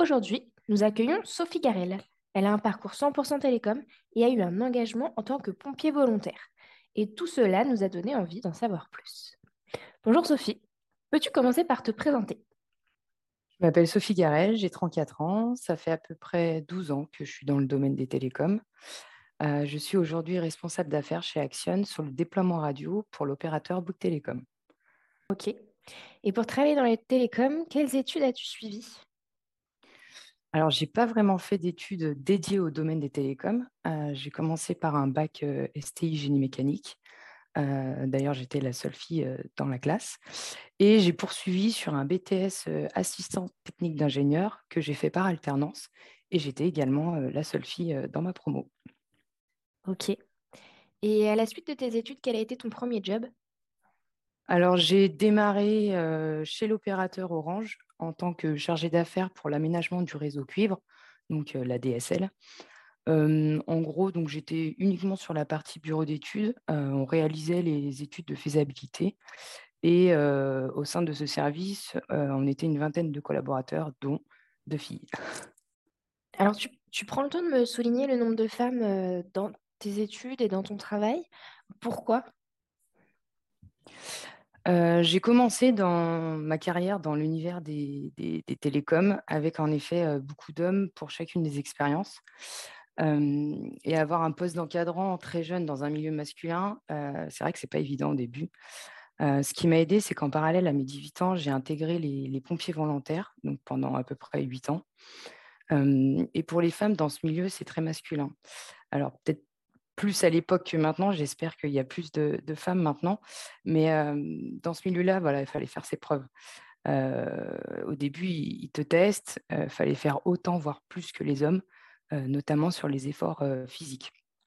Aujourd'hui, nous accueillons Sophie Garel. Elle a un parcours 100% télécom et a eu un engagement en tant que pompier volontaire. Et tout cela nous a donné envie d'en savoir plus. Bonjour Sophie, peux-tu commencer par te présenter? Je m'appelle Sophie Garel, j'ai 34 ans. Ça fait à peu près 12 ans que je suis dans le domaine des télécoms. Je suis aujourd'hui responsable d'affaires chez Axione sur le déploiement radio pour l'opérateur Bouygues Télécom. Ok. Et pour travailler dans les télécoms, quelles études as-tu suivies? Alors, j'ai pas vraiment fait d'études dédiées au domaine des télécoms. J'ai commencé par un bac STI génie mécanique. D'ailleurs, j'étais la seule fille dans la classe. Et j'ai poursuivi sur un BTS assistant technique d'ingénieur que j'ai fait par alternance. Et j'étais également la seule fille dans ma promo. Ok. Et à la suite de tes études, quel a été ton premier job? Alors, j'ai démarré chez l'opérateur Orange en tant que chargé d'affaires pour l'aménagement du réseau cuivre, donc la DSL. En gros, donc j'étais uniquement sur la partie bureau d'études. On réalisait les études de faisabilité et au sein de ce service, on était une vingtaine de collaborateurs, dont deux filles. Alors, tu prends le temps de me souligner le nombre de femmes dans tes études et dans ton travail. Pourquoi? J'ai commencé dans ma carrière dans l'univers des télécoms avec en effet beaucoup d'hommes pour chacune des expériences. Et avoir un poste d'encadrant très jeune dans un milieu masculin, c'est vrai que c'est pas évident au début. Ce qui m'a aidé, c'est qu'en parallèle à mes 18 ans, j'ai intégré les pompiers volontaires, donc pendant à peu près 8 ans. Et pour les femmes dans ce milieu, c'est très masculin. Alors peut-être plus à l'époque que maintenant. J'espère qu'il y a plus de femmes maintenant. Mais dans ce milieu-là, voilà, il fallait faire ses preuves. Au début, ils te testent. Il fallait faire autant, voire plus que les hommes, notamment sur les efforts physiques.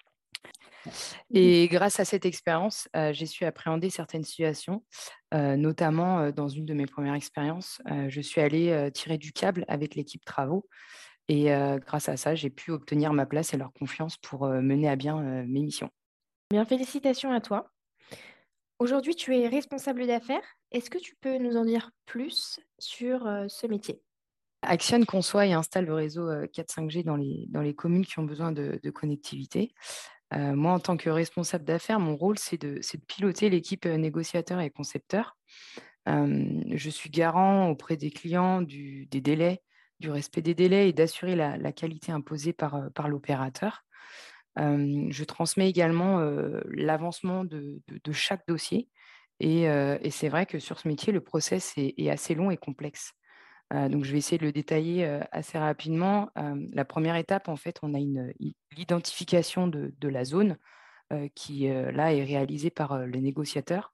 Et grâce à cette expérience, j'ai su appréhender certaines situations, notamment dans une de mes premières expériences. Je suis allée tirer du câble avec l'équipe travaux. Et grâce à ça, j'ai pu obtenir ma place et leur confiance pour mener à bien mes missions. Bien, félicitations à toi. Aujourd'hui, tu es responsable d'affaires. Est-ce que tu peux nous en dire plus sur ce métier? Axione conçoit et installe le réseau 4-5G dans les communes qui ont besoin de connectivité. Moi, en tant que responsable d'affaires, mon rôle, c'est de piloter l'équipe négociateur et concepteur. Je suis garant auprès des clients des délais, du respect des délais et d'assurer la qualité imposée par l'opérateur. Je transmets également l'avancement de chaque dossier. Et c'est vrai que sur ce métier, le process est assez long et complexe. Donc, je vais essayer de le détailler assez rapidement. La première étape, en fait, on a l'identification de la zone qui, là, est réalisée par les négociateurs.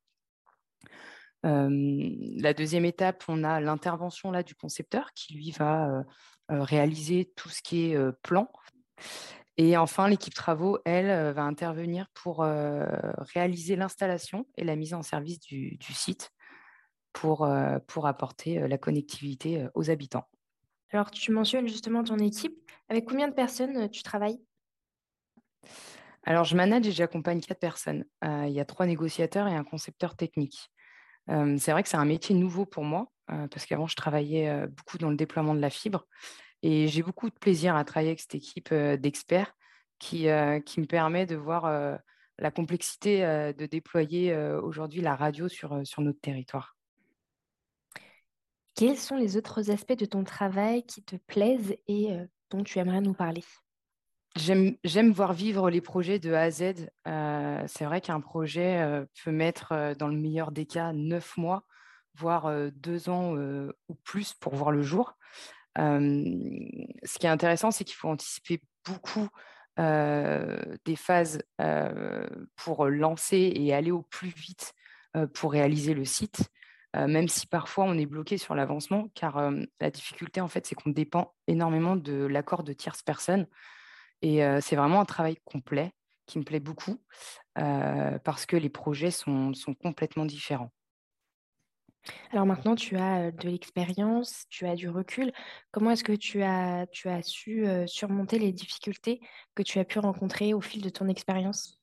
La deuxième étape, on a l'intervention là du concepteur qui, lui, va réaliser tout ce qui est plan. Et enfin, l'équipe travaux, elle, va intervenir pour réaliser l'installation et la mise en service du site pour apporter la connectivité aux habitants. Alors, tu mentionnes justement ton équipe. Avec combien de personnes tu travailles? Alors, je manage et j'accompagne 4 personnes. Il y a 3 négociateurs et un concepteur technique. C'est vrai que c'est un métier nouveau pour moi, parce qu'avant, je travaillais beaucoup dans le déploiement de la fibre. Et j'ai beaucoup de plaisir à travailler avec cette équipe d'experts qui me permet de voir la complexité de déployer aujourd'hui la radio sur notre territoire. Quels sont les autres aspects de ton travail qui te plaisent et dont tu aimerais nous parler? J'aime voir vivre les projets de A à Z. C'est vrai qu'un projet peut mettre, dans le meilleur des cas, 9 mois, voire 2 ans ou plus pour voir le jour. Euh, Ce qui est intéressant, c'est qu'il faut anticiper beaucoup des phases pour lancer et aller au plus vite pour réaliser le site, même si parfois on est bloqué sur l'avancement, car la difficulté, en fait, c'est qu'on dépend énormément de l'accord de tierces personnes. Et c'est vraiment un travail complet qui me plaît beaucoup parce que les projets sont complètement différents. Alors maintenant, tu as de l'expérience, tu as du recul. Comment est-ce que tu as su surmonter les difficultés que tu as pu rencontrer au fil de ton expérience?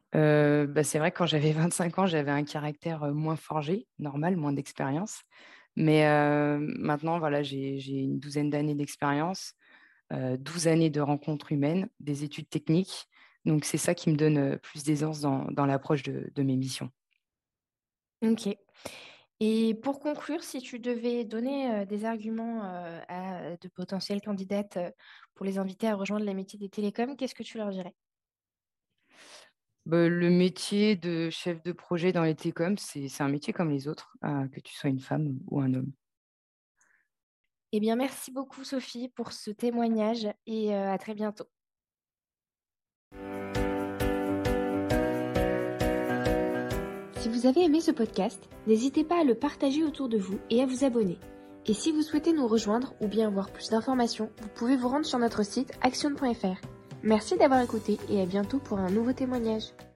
Bah, c'est vrai que quand j'avais 25 ans, j'avais un caractère moins forgé, normal, moins d'expérience. Mais maintenant, voilà, j'ai une douzaine d'années d'expérience, 12 années de rencontres humaines, des études techniques. Donc, c'est ça qui me donne plus d'aisance dans l'approche de mes missions. Ok. Et pour conclure, si tu devais donner des arguments à de potentielles candidates pour les inviter à rejoindre les métiers des télécoms, qu'est-ce que tu leur dirais? Bah, le métier de chef de projet dans les télécoms, c'est un métier comme les autres, que tu sois une femme ou un homme. Eh bien, merci beaucoup, Sophie, pour ce témoignage et à très bientôt. Si vous avez aimé ce podcast, n'hésitez pas à le partager autour de vous et à vous abonner. Et si vous souhaitez nous rejoindre ou bien avoir plus d'informations, vous pouvez vous rendre sur notre site action.fr. Merci d'avoir écouté et à bientôt pour un nouveau témoignage.